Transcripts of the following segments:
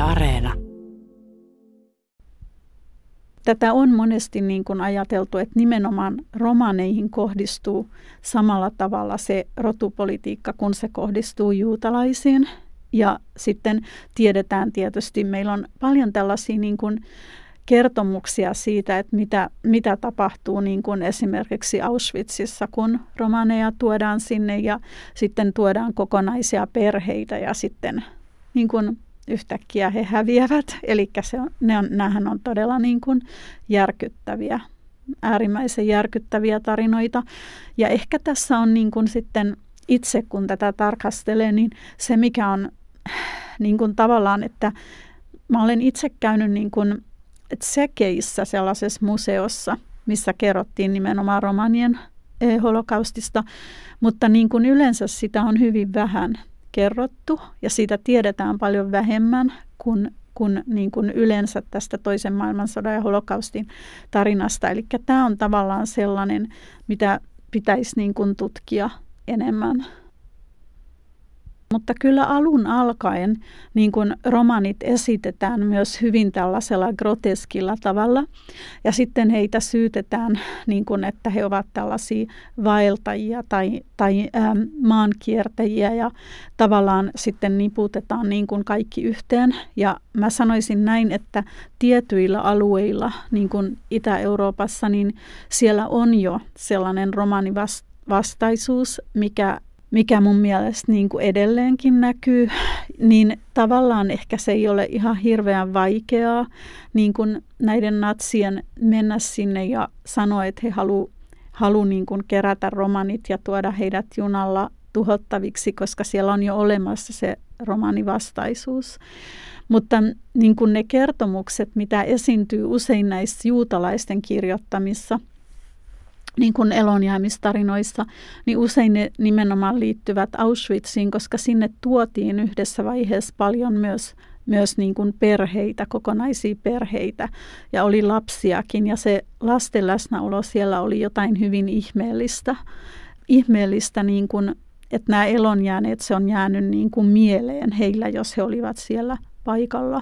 Areena. Tätä on monesti niin kuin ajateltu, että nimenomaan romaneihin kohdistuu samalla tavalla se rotupolitiikka, kun se kohdistuu juutalaisiin. Ja sitten tiedetään tietysti, meillä on paljon tällaisia niin kuin kertomuksia siitä, että mitä tapahtuu niin kuin esimerkiksi Auschwitzissa, kun romaneja tuodaan sinne ja sitten tuodaan kokonaisia perheitä ja sitten niin kuin yhtäkkiä he häviävät. Eli nämähän on todella niin kuin järkyttäviä, äärimmäisen järkyttäviä tarinoita. Ja ehkä tässä on niin kuin sitten itse, kun tätä tarkastelee, niin se mikä on niin kuin tavallaan, että mä olen itse käynyt niin kuin Tsekeissä sellaisessa museossa, missä kerrottiin nimenomaan romanien holokaustista, mutta niin kuin yleensä sitä on hyvin vähän kerrottu ja siitä tiedetään paljon vähemmän kuin niin kuin yleensä tästä toisen maailmansodan ja holokaustin tarinasta. Eli tämä on tavallaan sellainen, mitä pitäisi niin kuin tutkia enemmän. Mutta kyllä alun alkaen niin kuin romanit esitetään myös hyvin tällaisella groteskilla tavalla. Ja sitten heitä syytetään, niin kuin, että he ovat tällaisia vaeltajia tai maankiertäjiä ja tavallaan sitten niputetaan niin kuin kaikki yhteen. Ja mä sanoisin näin, että tietyillä alueilla, niin kuin Itä-Euroopassa, niin siellä on jo sellainen romanivastaisuus, mikä mun mielestä niin kuin edelleenkin näkyy, niin tavallaan ehkä se ei ole ihan hirveän vaikeaa niin kuin näiden natsien mennä sinne ja sanoa, että he haluaa niin kuin kerätä romanit ja tuoda heidät junalla tuhottaviksi, koska siellä on jo olemassa se romanivastaisuus. Mutta niin kuin ne kertomukset, mitä esiintyy usein näissä juutalaisten kirjoittamissa, niin kuin elonjäämistarinoissa, niin usein ne nimenomaan liittyvät Auschwitziin, koska sinne tuotiin yhdessä vaiheessa paljon myös niin kuin perheitä, kokonaisia perheitä, ja oli lapsiakin, ja se lasten läsnäolo siellä oli jotain hyvin ihmeellistä niin kuin, että nämä elonjääneet, se on jäänyt niin kuin mieleen heillä, jos he olivat siellä paikalla.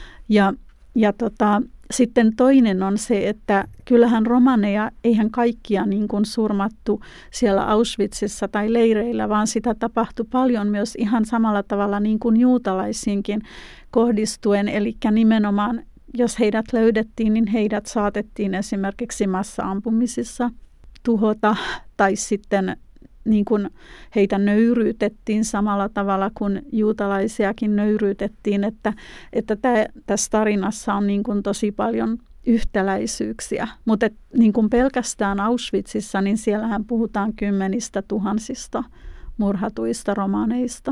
Sitten toinen on se, että kyllähän romaneja, eihän kaikkia niin kuin surmattu siellä Auschwitzissa tai leireillä, vaan sitä tapahtui paljon myös ihan samalla tavalla niin kuin juutalaisiinkin kohdistuen. Eli nimenomaan, jos heidät löydettiin, niin heidät saatettiin esimerkiksi massa-ampumisissa tuhota tai sitten niin kuin heitä nöyryytettiin samalla tavalla kuin juutalaisiakin nöyryytettiin, että tässä tarinassa on niin kuin tosi paljon yhtäläisyyksiä. Mutta niin kuin pelkästään Auschwitzissa, niin siellähän puhutaan 10 000 murhatuista romaneista.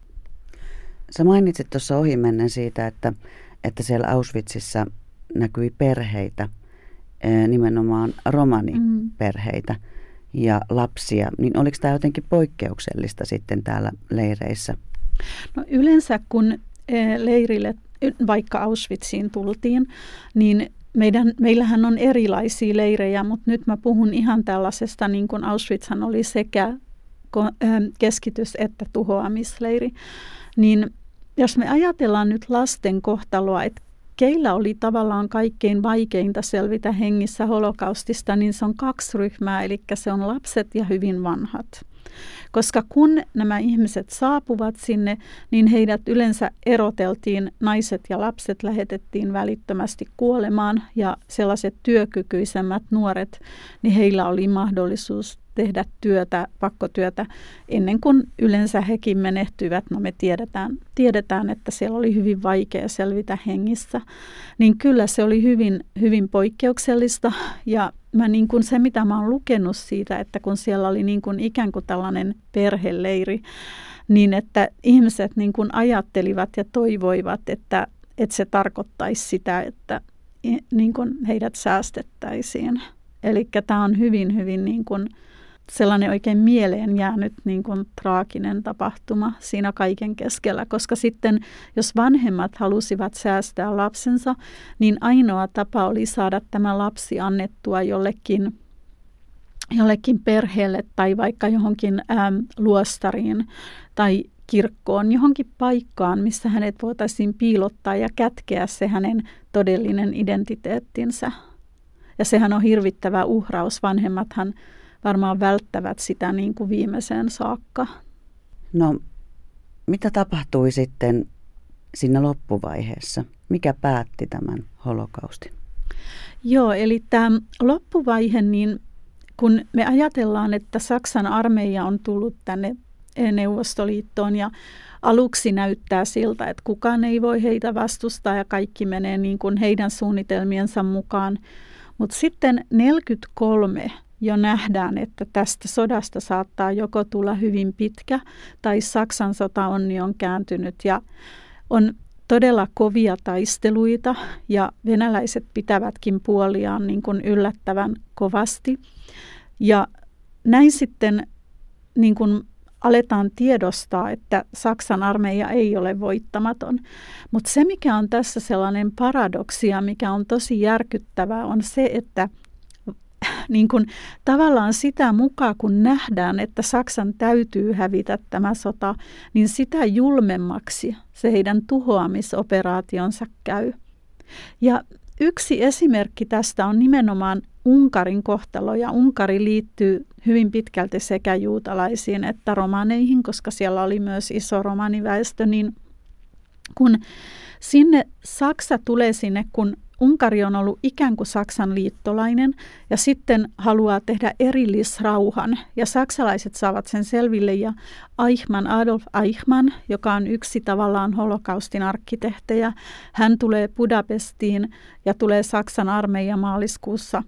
Sä mainitsit tuossa ohimennen siitä, että siellä Auschwitzissa näkyi perheitä, nimenomaan romaniperheitä. Ja lapsia, niin oliko tämä jotenkin poikkeuksellista sitten täällä leireissä? No yleensä kun leirille, vaikka Auschwitziin tultiin, niin meillähän on erilaisia leirejä, mutta nyt mä puhun ihan tällaisesta, niin kuin Auschwitzhan oli sekä keskitys- että tuhoamisleiri. Niin jos me ajatellaan nyt lasten kohtaloa, että keillä oli tavallaan kaikkein vaikeinta selvitä hengissä holokaustista, niin se on 2 ryhmää, eli se on lapset ja hyvin vanhat. Koska kun nämä ihmiset saapuvat sinne, niin heidät yleensä eroteltiin, naiset ja lapset lähetettiin välittömästi kuolemaan, ja sellaiset työkykyisemmät nuoret, niin heillä oli mahdollisuus tehdä pakkotyötä ennen kuin yleensä hekin menehtyivät. No me tiedetään, että siellä oli hyvin vaikea selvitä hengissä. Niin kyllä se oli hyvin, hyvin poikkeuksellista. Ja niin kuin se, mitä mä oon lukenut siitä, että kun siellä oli niin kuin ikään kuin tällainen perheleiri, niin että ihmiset niin kuin ajattelivat ja toivoivat, että se tarkoittaisi sitä, että niin kuin heidät säästettäisiin. Eli tämä on hyvin, hyvin niin kuin sellainen oikein mieleen jäänyt niin kuin traaginen tapahtuma siinä kaiken keskellä, koska sitten jos vanhemmat halusivat säästää lapsensa, niin ainoa tapa oli saada tämä lapsi annettua jollekin perheelle tai vaikka johonkin luostariin tai kirkkoon, johonkin paikkaan, missä hänet voitaisiin piilottaa ja kätkeä se hänen todellinen identiteettinsä. Ja sehän on hirvittävä uhraus. Vanhemmathan varmaan välttävät sitä niin kuin viimeiseen saakka. No, mitä tapahtui sitten siinä loppuvaiheessa? Mikä päätti tämän holokaustin? Joo, eli tämä loppuvaihe, niin kun me ajatellaan, että Saksan armeija on tullut tänne Neuvostoliittoon ja aluksi näyttää siltä, että kukaan ei voi heitä vastustaa ja kaikki menee niin kuin heidän suunnitelmiensa mukaan. Mutta sitten 1943 jo nähdään, että tästä sodasta saattaa joko tulla hyvin pitkä tai Saksan sotaonni on kääntynyt ja on todella kovia taisteluita ja venäläiset pitävätkin puoliaan niin kuin yllättävän kovasti. Ja näin sitten niin kuin aletaan tiedostaa, että Saksan armeija ei ole voittamaton. Mutta se, mikä on tässä sellainen paradoksia, mikä on tosi järkyttävää, on se, että niin kun tavallaan sitä mukaan, kun nähdään, että Saksan täytyy hävitä tämä sota, niin sitä julmemmaksi se heidän tuhoamisoperaationsa käy. Ja yksi esimerkki tästä on nimenomaan Unkarin kohtalo, ja Unkari liittyy hyvin pitkälti sekä juutalaisiin että romaneihin, koska siellä oli myös iso romaniväestö, niin kun Saksa tulee sinne, kun Unkari on ollut ikään kuin Saksan liittolainen ja sitten haluaa tehdä erillisrauhan ja saksalaiset saavat sen selville ja Adolf Eichmann, joka on yksi tavallaan holokaustin arkkitehtejä, hän tulee Budapestiin ja tulee Saksan armeija maaliskuussa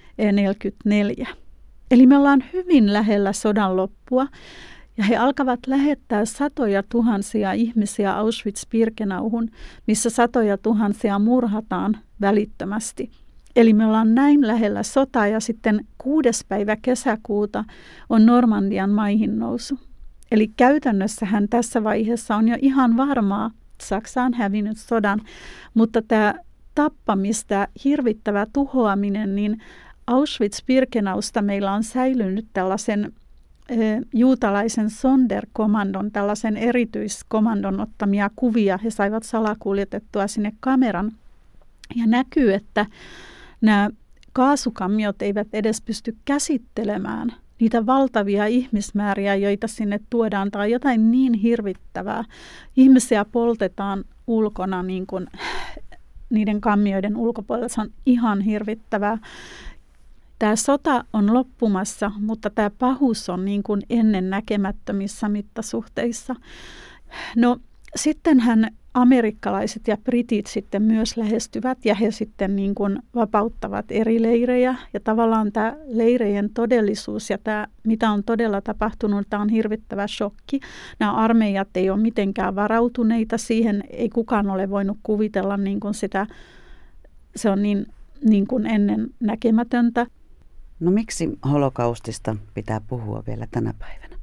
1944. Eli me ollaan hyvin lähellä sodan loppua. Ja he alkavat lähettää satoja tuhansia ihmisiä Auschwitz-Birkenauhun, missä satoja tuhansia murhataan välittömästi. Eli me ollaan näin lähellä sotaa ja sitten 6. päivä kesäkuuta on Normandian maihin nousu. Eli käytännössähän tässä vaiheessa on jo ihan varmaa, että Saksa on hävinnyt sodan, mutta tämä tappamista, hirvittävä tuhoaminen, niin Auschwitz-Birkenausta meillä on säilynyt tällaisen juutalaisen Sonderkommandon, tällaisen erityiskommandon ottamia kuvia. He saivat salakuljetettua sinne kameran. Ja näkyy, että nämä kaasukammiot eivät edes pysty käsittelemään niitä valtavia ihmismääriä, joita sinne tuodaan, tai jotain niin hirvittävää. Ihmisiä poltetaan ulkona niin kuin niiden kammioiden ulkopuolella. Se on ihan hirvittävää. Tämä sota on loppumassa, mutta tämä pahuus on niin kuin ennen näkemättömissä mittasuhteissa. No sittenhän amerikkalaiset ja britit sitten myös lähestyvät ja he sitten niin kuin vapauttavat eri leirejä. Ja tavallaan tämä leirejen todellisuus ja tämä, mitä on todella tapahtunut, tämä on hirvittävä shokki. Nämä armeijat ei ole mitenkään varautuneita siihen, ei kukaan ole voinut kuvitella niin kuin sitä, se on niin kuin ennen näkemätöntä. No miksi holokaustista pitää puhua vielä tänä päivänä?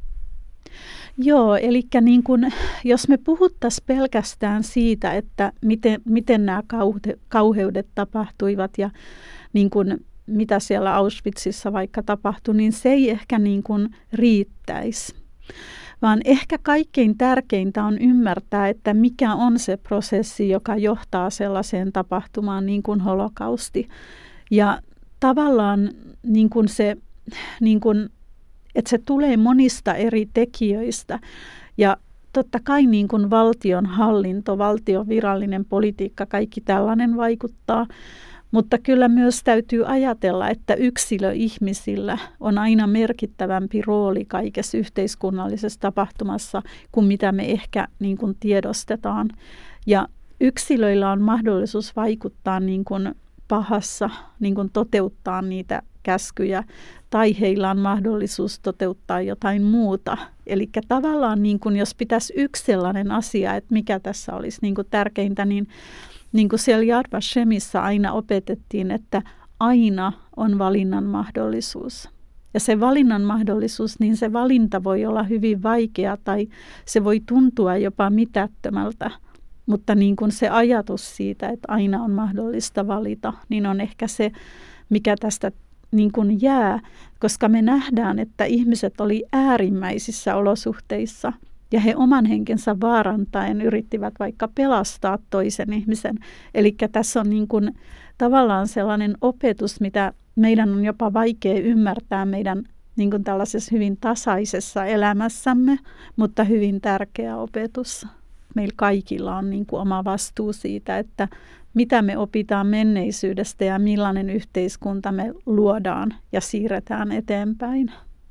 Joo, eli niin kun, jos me puhuttaisiin pelkästään siitä, että miten nämä kauheudet tapahtuivat ja niin kun, mitä siellä Auschwitzissa vaikka tapahtui, niin se ei ehkä niin kun riittäisi. Vaan ehkä kaikkein tärkeintä on ymmärtää, että mikä on se prosessi, joka johtaa sellaiseen tapahtumaan niin kuin holokausti. Ja tavallaan niin kuin se, niin kuin, että se tulee monista eri tekijöistä. Ja totta kai niin kuin valtion hallinto, valtion virallinen politiikka, kaikki tällainen vaikuttaa. Mutta kyllä myös täytyy ajatella, että yksilöihmisillä on aina merkittävämpi rooli kaikessa yhteiskunnallisessa tapahtumassa kuin mitä me ehkä niin kuin tiedostetaan. Ja yksilöillä on mahdollisuus vaikuttaa niin kuin pahassa, niin kuin toteuttaa niitä käskyjä, tai heillä on mahdollisuus toteuttaa jotain muuta. Eli tavallaan niin kuin jos pitäisi yksi sellainen asia, että mikä tässä olisi niin kuin tärkeintä, niin kuin siellä Yad Vashemissa aina opetettiin, että aina on valinnan mahdollisuus. Ja se valinnan mahdollisuus, niin se valinta voi olla hyvin vaikea tai se voi tuntua jopa mitättömältä. Mutta niin kuin se ajatus siitä, että aina on mahdollista valita, niin on ehkä se, mikä tästä niin kuin jää. Koska me nähdään, että ihmiset oli äärimmäisissä olosuhteissa Ja he oman henkensä vaarantaen yrittivät vaikka pelastaa toisen ihmisen. Eli tässä on niin kuin tavallaan sellainen opetus, mitä meidän on jopa vaikea ymmärtää meidän niin kuin tällaisessa hyvin tasaisessa elämässämme, mutta hyvin tärkeä opetus. Meillä kaikilla on niin kuin oma vastuu siitä, että mitä me opitaan menneisyydestä ja millainen yhteiskunta me luodaan ja siirretään eteenpäin.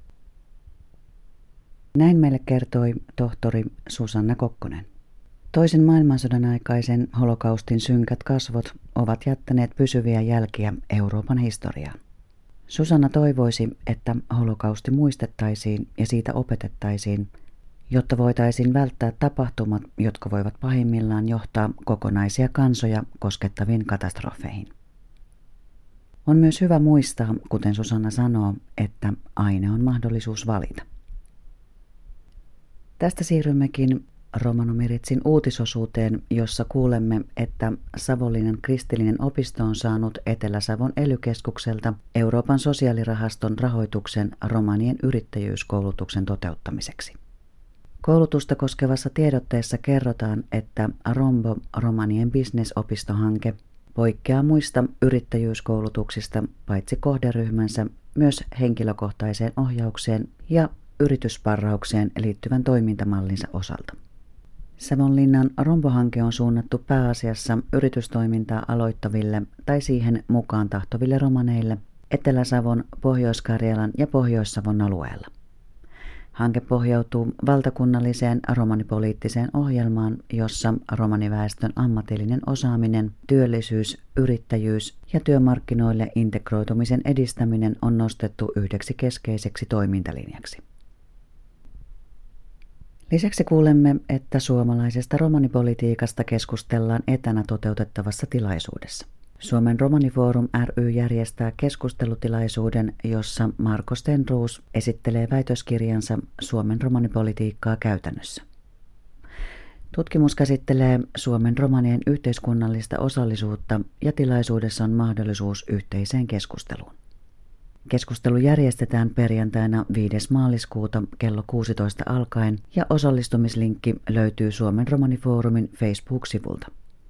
Näin meille kertoi tohtori Susanna Kokkonen. Toisen maailmansodan aikaisen holokaustin synkät kasvot ovat jättäneet pysyviä jälkiä Euroopan historiaan. Susanna toivoisi, että holokausti muistettaisiin ja siitä opetettaisiin, jotta voitaisiin välttää tapahtumat, jotka voivat pahimmillaan johtaa kokonaisia kansoja koskettaviin katastrofeihin. On myös hyvä muistaa, kuten Susanna sanoo, että aina on mahdollisuus valita. Tästä siirrymmekin Romano-Miritsin uutisosuuteen, jossa kuulemme, että Savonlinnan kristillinen opisto on saanut Etelä-Savon ELY-keskukselta Euroopan sosiaalirahaston rahoituksen romanien yrittäjyyskoulutuksen toteuttamiseksi. Koulutusta koskevassa tiedotteessa kerrotaan, että Rombo romanien bisnesopistohanke poikkeaa muista yrittäjyyskoulutuksista paitsi kohderyhmänsä myös henkilökohtaiseen ohjaukseen ja yrityssparraukseen liittyvän toimintamallinsa osalta. Savonlinnan Rombo-hanke on suunnattu pääasiassa yritystoimintaa aloittaville tai siihen mukaan tahtoville romaneille Etelä-Savon, Pohjois-Karjalan ja Pohjois-Savon alueella. Hanke pohjautuu valtakunnalliseen romanipoliittiseen ohjelmaan, jossa romaniväestön ammatillinen osaaminen, työllisyys, yrittäjyys ja työmarkkinoille integroitumisen edistäminen on nostettu yhdeksi keskeiseksi toimintalinjaksi. Lisäksi kuulemme, että suomalaisesta romanipolitiikasta keskustellaan etänä toteutettavassa tilaisuudessa. Suomen Romanifoorum ry järjestää keskustelutilaisuuden, jossa Marko Stenroos esittelee väitöskirjansa Suomen romanipolitiikkaa käytännössä. Tutkimus käsittelee Suomen romanien yhteiskunnallista osallisuutta ja tilaisuudessa on mahdollisuus yhteiseen keskusteluun. Keskustelu järjestetään perjantaina 5. maaliskuuta kello 16 alkaen ja osallistumislinkki löytyy Suomen Romanifoorumin Facebook-sivulta.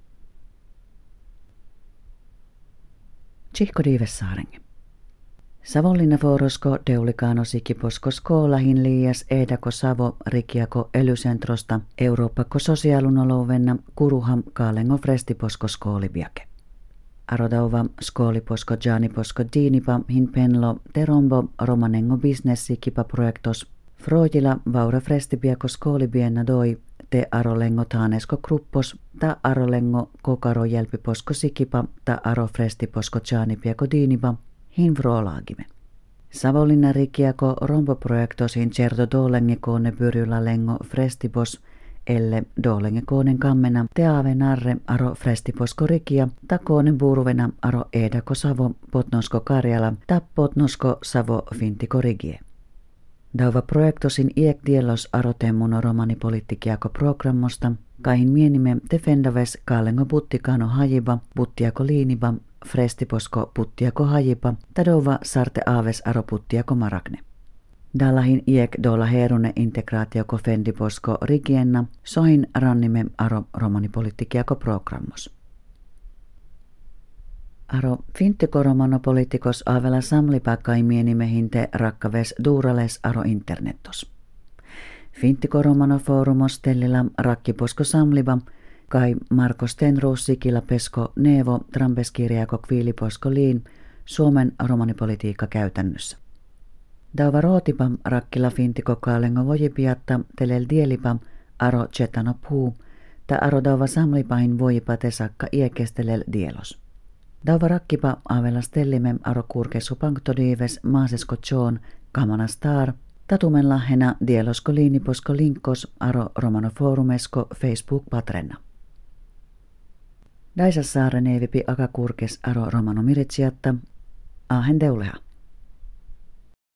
Tsihko Diivessaarenge. Savonlinna Forosko Deulikano Sikiposko Skoolahin liias Eedako Savo Rikiako Elycentrosta Eurooppako sosiaalunolouvenna Kuruham Kaalengo Frestiposko Skoolibiake. Arodauva Skooliposko Jaaniposko Diinipa hin penlo Terombo Romanengo Business Sikipa projektos Frojila Vaura Frestibiako Skoolibienna doi te arolengo taanesko gruppos ta arolengo kokaro jälpiposko sikipa ta aro frestiposko jaanipiako diinipa hin vrolaagime. Savonlinna rikiako romboprojektos hin certo dolenge koone pyrjyla lengo frestipos elle dolenge koonen kammena te ave narre aro frestiposko rikia ta koonen buuruvena aro eedako Savo potnosko Karjala ta potnosko Savo fintiko rigie. Dauva projektosin iek dielos arotemmuno romanipolitikiako programmosta, kaihin mienimme defendaves kaalengo buttikano hajiba, buttiako liiniba, frestiposko buttiako hajiba, tadouva sarte aaves aro buttiako maragne. Dallahin iek dolla herune integraatioko fendiposko rigienna, sohin rannime aro romanipolitikiako programmos. Aro finttiko romanopolitikos avela samlipakai mienimehinte rakkaves duurales aro internetos. Finttiko romanofoorumos tellila rakkiposko samliba kai Marko Stenroos sikila pesko nevo trampeskirjako kviiliposko liin Suomen romanipolitiikka käytännössä. Dauva rootipam rakkila finttiko kaalengo vojipiatta telel dielipam aro chetano puu ta aro dauva samlipahin vojipa tesakka iekestelel dielos. Dauva rakkipa avella stellimem aro kurkesu panktodiives maasesko John kamana star, tatumen lahena dielosko liiniposko linkkos aro romanofoorumesko Facebook patrenna. Daisassaare neivipi akakurkes aro romanomiritsiatta, ahen deuleha.